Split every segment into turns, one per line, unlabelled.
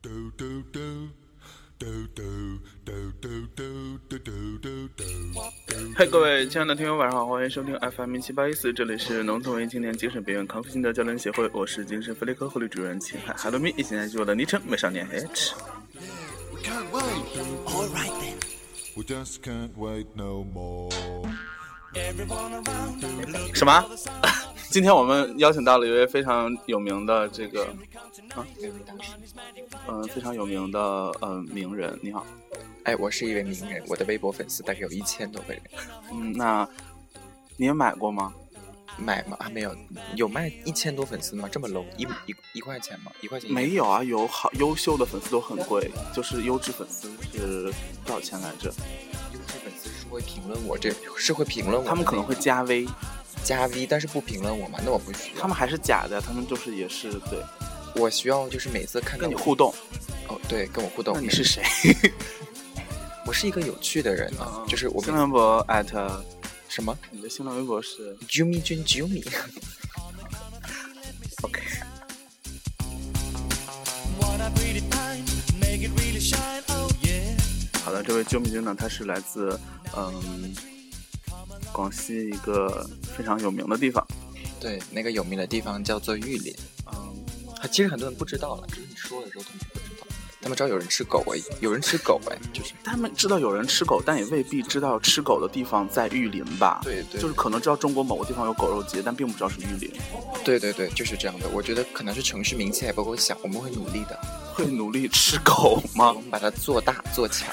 嗨，各位亲爱的听友，晚上好，欢迎收听 FM7814，这里是农村文艺青年精神病院康复心得交流协会，我是精神分裂科护理主任秦海。Hello me， 一起来记我的昵称美少年 H。什么？今天我们邀请到了一位非常有名的这个非常有名的名人。你好。
哎，我是一位名人，我的微博粉丝大概有1000多个人。
那你也买过吗？
买吗？还没有。有卖1000多粉丝吗？这么 low？一块钱吗？1块钱？
没有啊，有好优秀的粉丝都很贵，就是优质粉丝是多少钱来着？
优质粉丝是会评论我，是会评论我，
他们可能会加 V，
但是不评论我嘛？那我不需要。
他们还是假的，他们就是也是对。
我需要就是每次看到
跟你互动。
哦，对，跟我互动。
那你是谁？
我是一个有趣的人啊，就是我
新浪微博
什么？
你的新浪微博是
Jumi Jun Jumi。
OK。好的，这位 Jumi Jun 呢，他是来自广西一个非常有名的地方。
对，那个有名的地方叫做玉林。其实很多人不知道了，就是你说的时候他们不知道。他们知道有人吃狗有人吃狗就是
他们知道有人吃狗，但也未必知道吃狗的地方在玉林吧？
对，
就是可能知道中国某个地方有狗肉节，但并不知道是玉林。
对，就是这样的。我觉得可能是城市名气还不够响，我们会努力的。
会努力吃狗吗？
我们把它做大做强。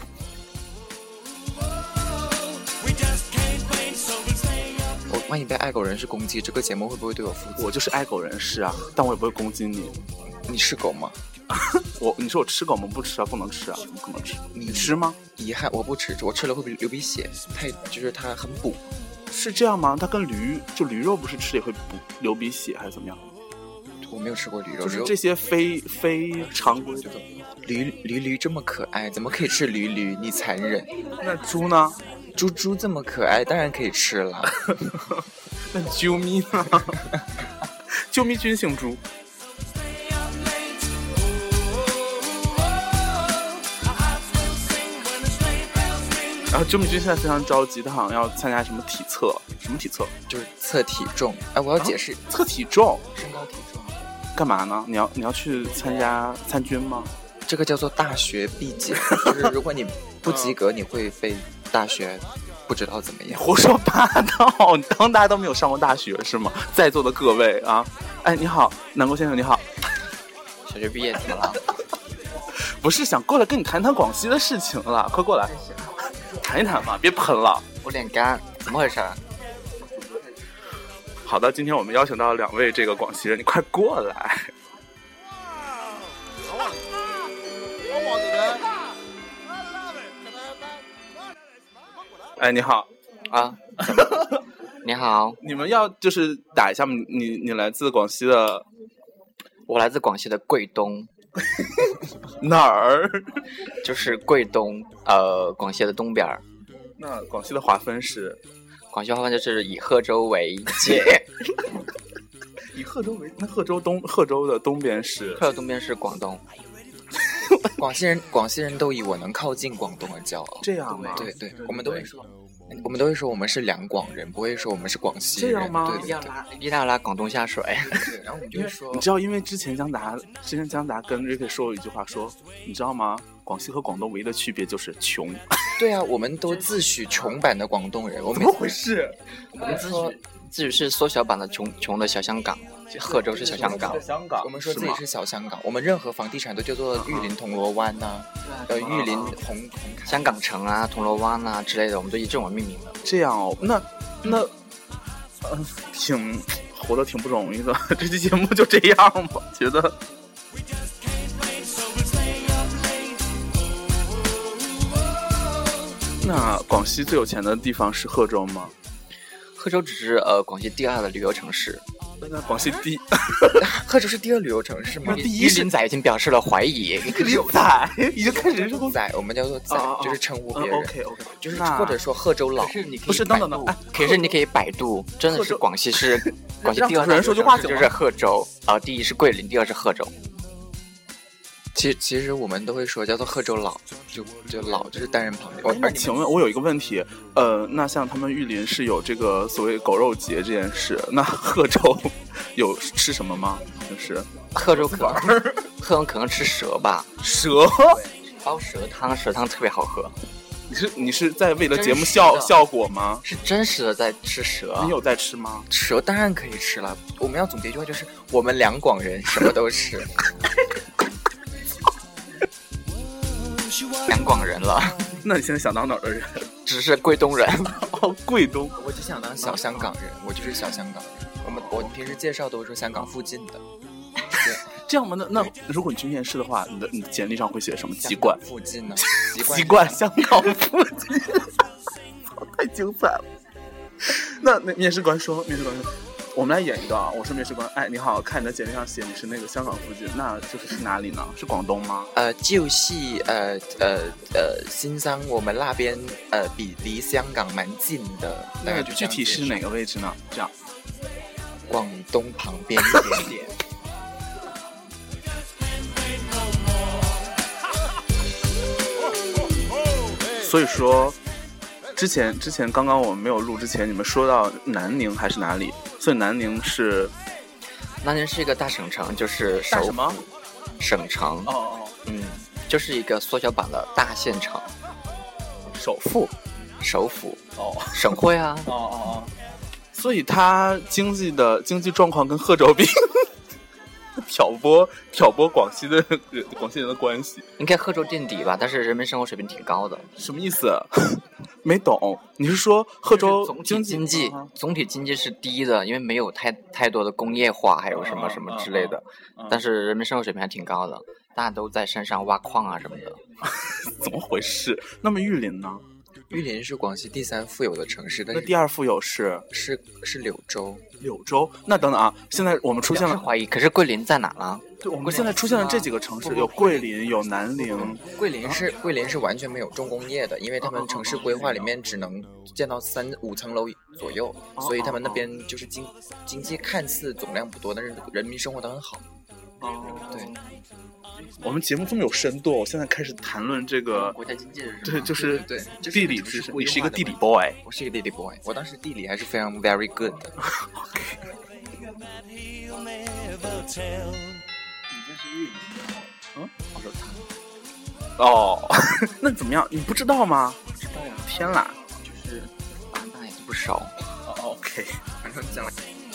我万一被爱狗人士攻击，这个节目会不会对我负责？
我就是爱狗人士啊，但我也不会攻击你。
你是狗吗？
你说我吃狗吗？不吃啊，不能吃啊，怎么可能吃？你吃吗？
遗憾，我不吃，我吃了会流鼻血，就是它很补。
是这样吗？它跟驴肉不是吃也会流鼻血还是怎么样？
我没有吃过驴肉，
就是这些非常规的。
驴这么可爱，怎么可以吃驴？你残忍。
那猪呢？
猪这么可爱，当然可以吃了。
那啾咪呢？啾咪君姓猪。然后啾咪君现在非常着急，他好像要参加什么体测？什么体测？
就是测体重。哎，我要解释，
测体重，
身高体重。
干嘛呢？你要去参军吗？
这个叫做大学必检，就是如果你不及格，你会被大学不知道怎么样。
胡说八道！你当大家都没有上过大学是吗？在座的各位啊，哎，你好，南国先生，你好。
小学毕业怎么了？
不是想过来跟你谈谈广西的事情了，快过来谈一谈嘛，别喷了。
我脸干，怎么回事？
好的，今天我们邀请到2位这个广西人，你快过来。哎，你好
啊，你好，
你们要就是打一下吗？你来自广西的？
我来自广西的贵东。
哪儿？
就是贵东，广西的东边。
那广西的划分是？
广西划分就是以贺州为界。
以贺州为？那贺州的东边是？
贺州东边是广东。广西人都以我能靠近广东而骄傲。
这样吗？
对，我们都会说我们是两广人，不会说我们是广西人。
这样吗？
对，一定要拉广东下水。对，然后我们就会说，
你知道，因为之前江达跟 Ricky 说过一句话，说你知道吗？广西和广东唯一的区别就是穷。
对啊，我们都自诩穷版的广东人。
怎么回事？
我们自诩是缩小版的穷的小香港。贺州是小香港，我们说自己是小香港，我们任何房地产都叫做玉林铜锣湾呐，玉林香港城啊、铜锣湾啊之类的，我们都以这种命名的。
这样哦，那活得挺不容易的。这期节目就这样吧，觉得。那广西最有钱的地方是贺州吗？
贺州只是广西第2的旅游城市。
那广西
贺州是第2旅游城市吗？
第
1林仔已经表示了怀疑。
林仔已经开始是
仔，我们叫做仔，就是称呼别人。
OK，
就是或者说贺州老。
不是等，
可是你可以百度，真的是广西第2
人说句话
就是贺州第1是桂林，第2是贺州。 其实我们都会说叫做贺州佬，就佬就是单人旁边。
那请问我有一个问题，那像他们玉林是有这个所谓狗肉节这件事，那贺州有吃什么吗？就是
贺州可能吃蛇吧，
蛇
煲蛇汤特别好喝。
你是在为了节目效果吗？
是真实的在吃蛇。
你有在吃吗？
蛇当然可以吃了。我们要总结一句话，就是我们两广人什么都吃。两广人了。
那你现在想当哪儿的人？
只是贵东人。
哦，贵东。
我就想当小香港人，我就是小香港人。我平时介绍都是说香港附近的。
这样吗？那如果你去面试的话，你的简历上会写什么？籍贯
附近呢？
籍贯香港附近，太精彩了。那面试官说，我们来演一段啊。我是面试官，哎，你好，看你的简历上写你是那个香港附近，那就是哪里呢？是广东吗？
就是新山我们那边离香港蛮近的。
那具体是哪个位置呢？这样，
广东旁边一点点。
所以说，之前刚刚我们没有录之前，你们说到南宁还是哪里？所以南宁是
一个大省城，就是
大什么
省城？
哦，
就是一个缩小版的大县城。
首府
哦，省会啊。
哦，所以它经济状况跟贺州比。挑拨广西人的关系，
应该贺州垫底吧，但是人民生活水平挺高的。
什么意思？没懂。你是说贺州
总体经济是低的，因为没有太多的工业化，还有什么之类的。但是人民生活水平还挺高的，大家都在山上挖矿啊什么的。
怎么回事？那么玉林呢？
玉林是广西第3富有的城市，但是
那第2富有是
柳州。
柳州？那等等啊，现在我们出现了
怀疑，可是桂林在哪呢？
对，我们现在出现了这几个城市，有桂林，有南宁。
桂林是完全没有重工业的，因为他们城市规划里面只能建到3-5层楼左右，所以他们那边就是经济看似总量不多，但是人民生活都很好。对。
我们节目这么有深度，我现在开始谈论这个
国家经济的。
对，就是地理知识。你是一个地理
boy， 我是一个地理 boy， 我当时地理还是非常 very good 的。你这是玉林？我说他。
哦，那怎么样？你不知道吗？
不知道呀。
天啦，
就是大也不少。
OK，
反正讲了。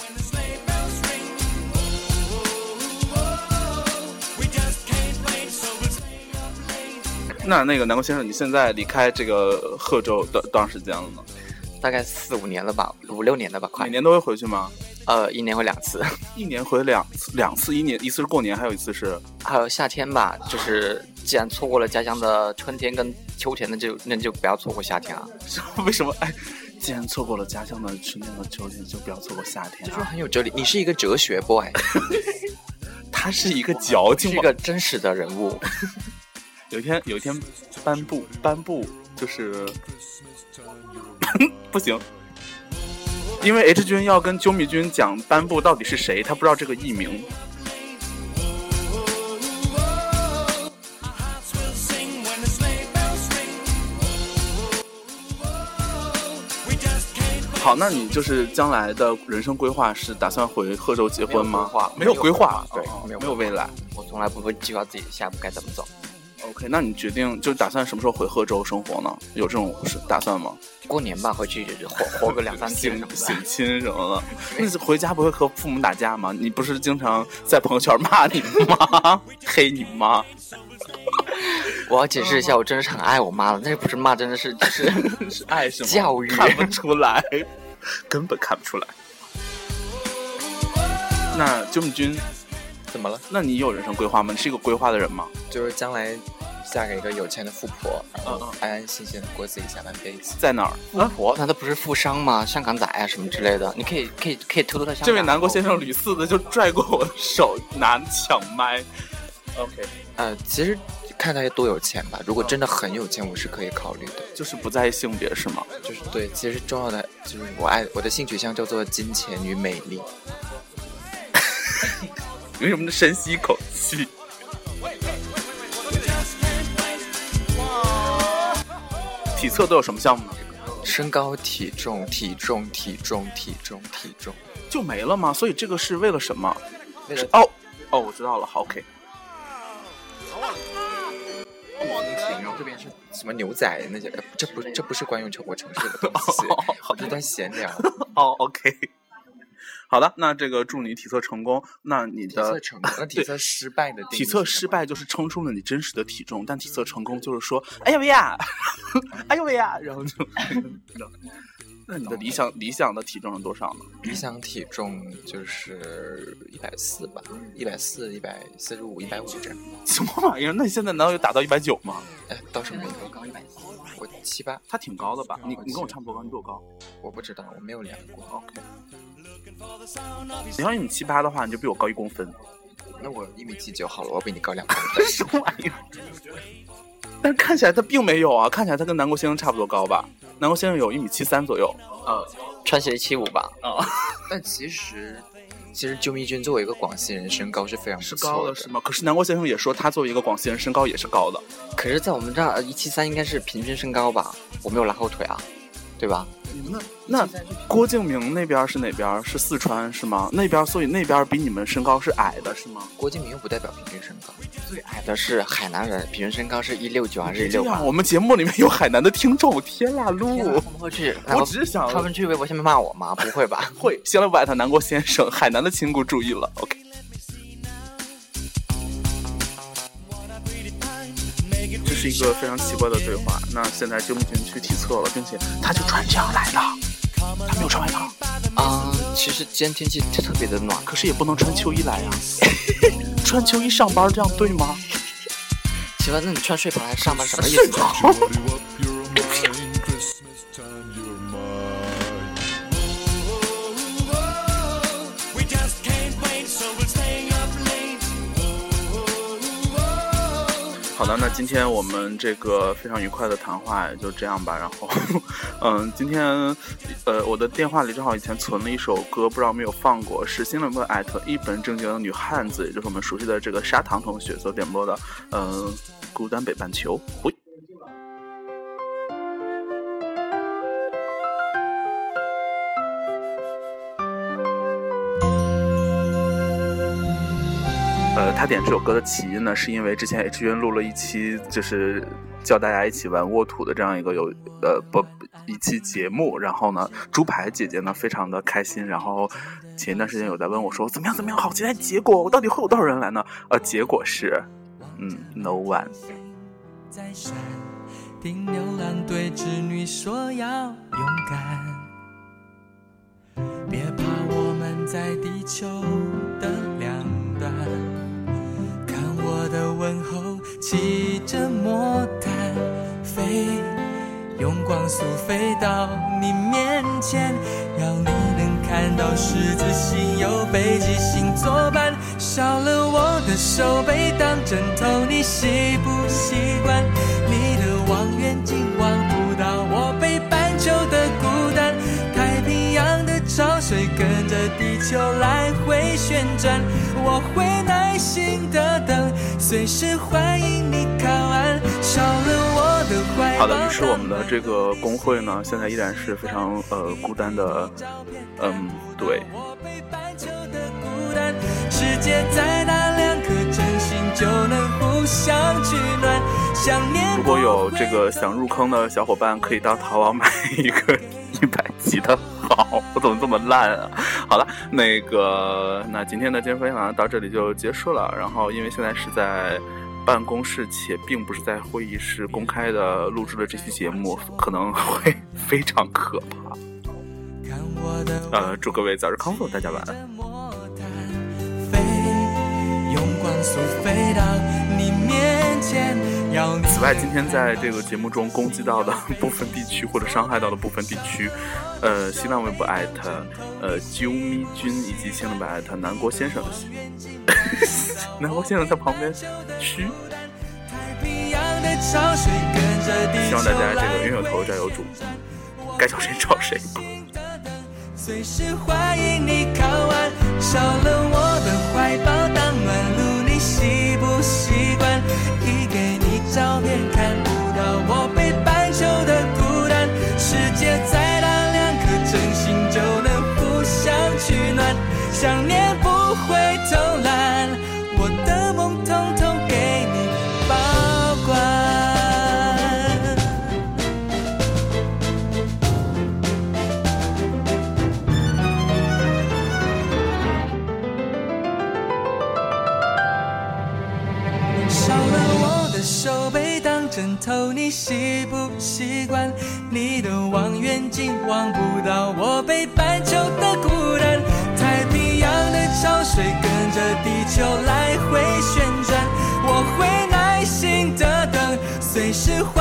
那个南国先生，你现在离开这个贺州多长时间了呢？
大概4-5年了吧，5-6年了吧，快。
每年都会回去吗
？1年回2次。
1年回两次，一次是过年，还有一次是
还有夏天吧。就是既然错过了家乡的春天跟秋天，那就不要错过夏天啊。
为什么？哎，既然错过了家乡的春天和秋天，就不要错过夏天啊。
就是很有哲理。你是一个哲学 boy。
他是一个矫情，
是一个真实的人物。
有一天颁布就是不行，因为 H 君要跟啾米君讲颁布到底是谁，他不知道这个艺名。好，那你就是将来的人生规划是打算回贺州结婚吗？没有规划，
对，
没有未来。
我从来不会计划自己下一步该怎么走。
OK， 那你决定就打算什么时候回贺州生活呢？有这种打算吗？
过年吧，回去活个2-3天什么的，
省亲什么的。那回家不会和父母打架吗？你不是经常在朋友圈骂你吗？黑你妈！
我要解释一下，我真的是很爱我妈的，但是不是骂，真的是就是
是爱什么
教育，
看不出来，根本看不出来。那啾米君
怎么了？
那你有人生规划吗？你是一个规划的人吗？
就是将来嫁给一个有钱的富婆，然后安安心心的过自己下半辈子。
在哪儿？
富婆？难道不是富商吗？香港仔啊什么之类的？你可以偷偷在香港。
这位南国先生屡次的就拽过我的手，拿抢麦。OK，
其实看他多有钱吧。如果真的很有钱，我是可以考虑的。
就是不在意性别是吗？
就是对，其实重要的就是我的性取向叫做金钱与美丽。
为什么深吸一口气？ 体测都有什么项目呢？
身高、体重，
就没了吗？所以这个是为了什么？
为了
我知道了，好 OK。
然后这边是什么牛仔那些？这不是关于我城市的东西，这段闲聊。
OK。好的，那这个祝你体测成功。那你的
体测成功，那体测失败的
体测失败就是称出了你真实的体重，但体测成功就是说，哎呀喂呀，哎呦喂呀，然后就。那你的理想的体重是多少呢？
理想体重就是140吧，140、145、150这样。
什么玩意儿？那你现在难道有达到190吗？
倒是没有，高140，我78。
他挺高的吧？你跟我差不多高，你比我高。
我不知道，我没有量过。
OK。你要1.78米的话，你就比我高1公分。
那我1.79米好了，我比你高2公分。
什么玩意儿？但是看起来他并没有啊，看起来他跟南国先生差不多高吧？南国先生有1.73米左右，
穿鞋175吧。但其实鸠咪君作为一个广西人，身高是非常不错的，
是高的是吗？可是南国先生也说他作为一个广西人，身高也是高的。
可是在我们这儿173应该是平均身高吧？我没有拉后腿啊，对吧？
那郭敬明那边是哪边？是四川是吗？那边，所以那边比你们身高是矮的是吗？
郭敬明又不代表平均身高，最矮的是海南人，平均身高是169还是168？
我们节目里面有海南的听众，天啦噜！
他们会去，
我只是想
他们去微博下面骂我吗？不会吧？
会，先来不艾特南国先生，海南的亲故注意了 ，OK。这是一个非常奇怪的对话。那现在鸠咪君去体测了，并且他就穿这样来的，他没有穿外套
其实今天天气特别的暖，
可是也不能穿秋衣来呀。穿秋衣上班这样对吗？
奇怪，那你穿睡袍来上班什么意思？
好的，那今天我们这个非常愉快的谈话也就这样吧。然后，今天我的电话里正好以前存了一首歌，不知道有没有放过，是新浪微博艾特一本正经的女汉子，也就是我们熟悉的这个砂糖同学所点播的，孤单北半球。喂。他点这首歌的起因呢，是因为之前 H 云录了一期，就是教大家一起玩沃土的这样一个一期节目。然后呢，猪排姐姐呢非常的开心，然后前一段时间有在问我说怎么样，好期待结果，我到底会有多少人来呢？结果是no one。在山顶牛郎对织女说要勇敢，别怕，我们在地球的两端，看我的问候，骑着魔毯飞，用光速飞到你面前，要你能看到十字星有北极星作伴，少了我的手背当枕头，你习不习惯？你的望远镜望不到我北半球的孤单，太平洋的潮水跟着地球来回旋转，我会耐心的等，随时欢迎你靠岸，少了我的怀抱。好的，于是我们的这个工会呢，现在依然是非常孤单的，对。世界再大，两颗真心就能互相取暖。想念。如果有这个想入坑的小伙伴，可以到淘宝买一个100级的好，我怎么这么烂啊？好了，那今天的健身分享到这里就结束了。然后因为现在是在办公室，且并不是在会议室公开的录制的这期节目，可能会非常可怕。祝各位早日康复，大家晚安。此外，今天在这个节目中攻击到的部分地区或者伤害到的部分地区，新浪微博艾特鸠咪君以及新浪微博艾特南国先生的南国先生在旁边嘘。希望大家这个冤有头债有主，该找谁找谁吧。随时欢迎你靠岸，少了我的怀抱当暖炉，你习不习惯？一给你照片看不到我北半球的
手被当枕头，你习不习惯？你的望远镜望不到我北半球的孤单。太平洋的潮水跟着地球来回旋转，我会耐心的等，随时会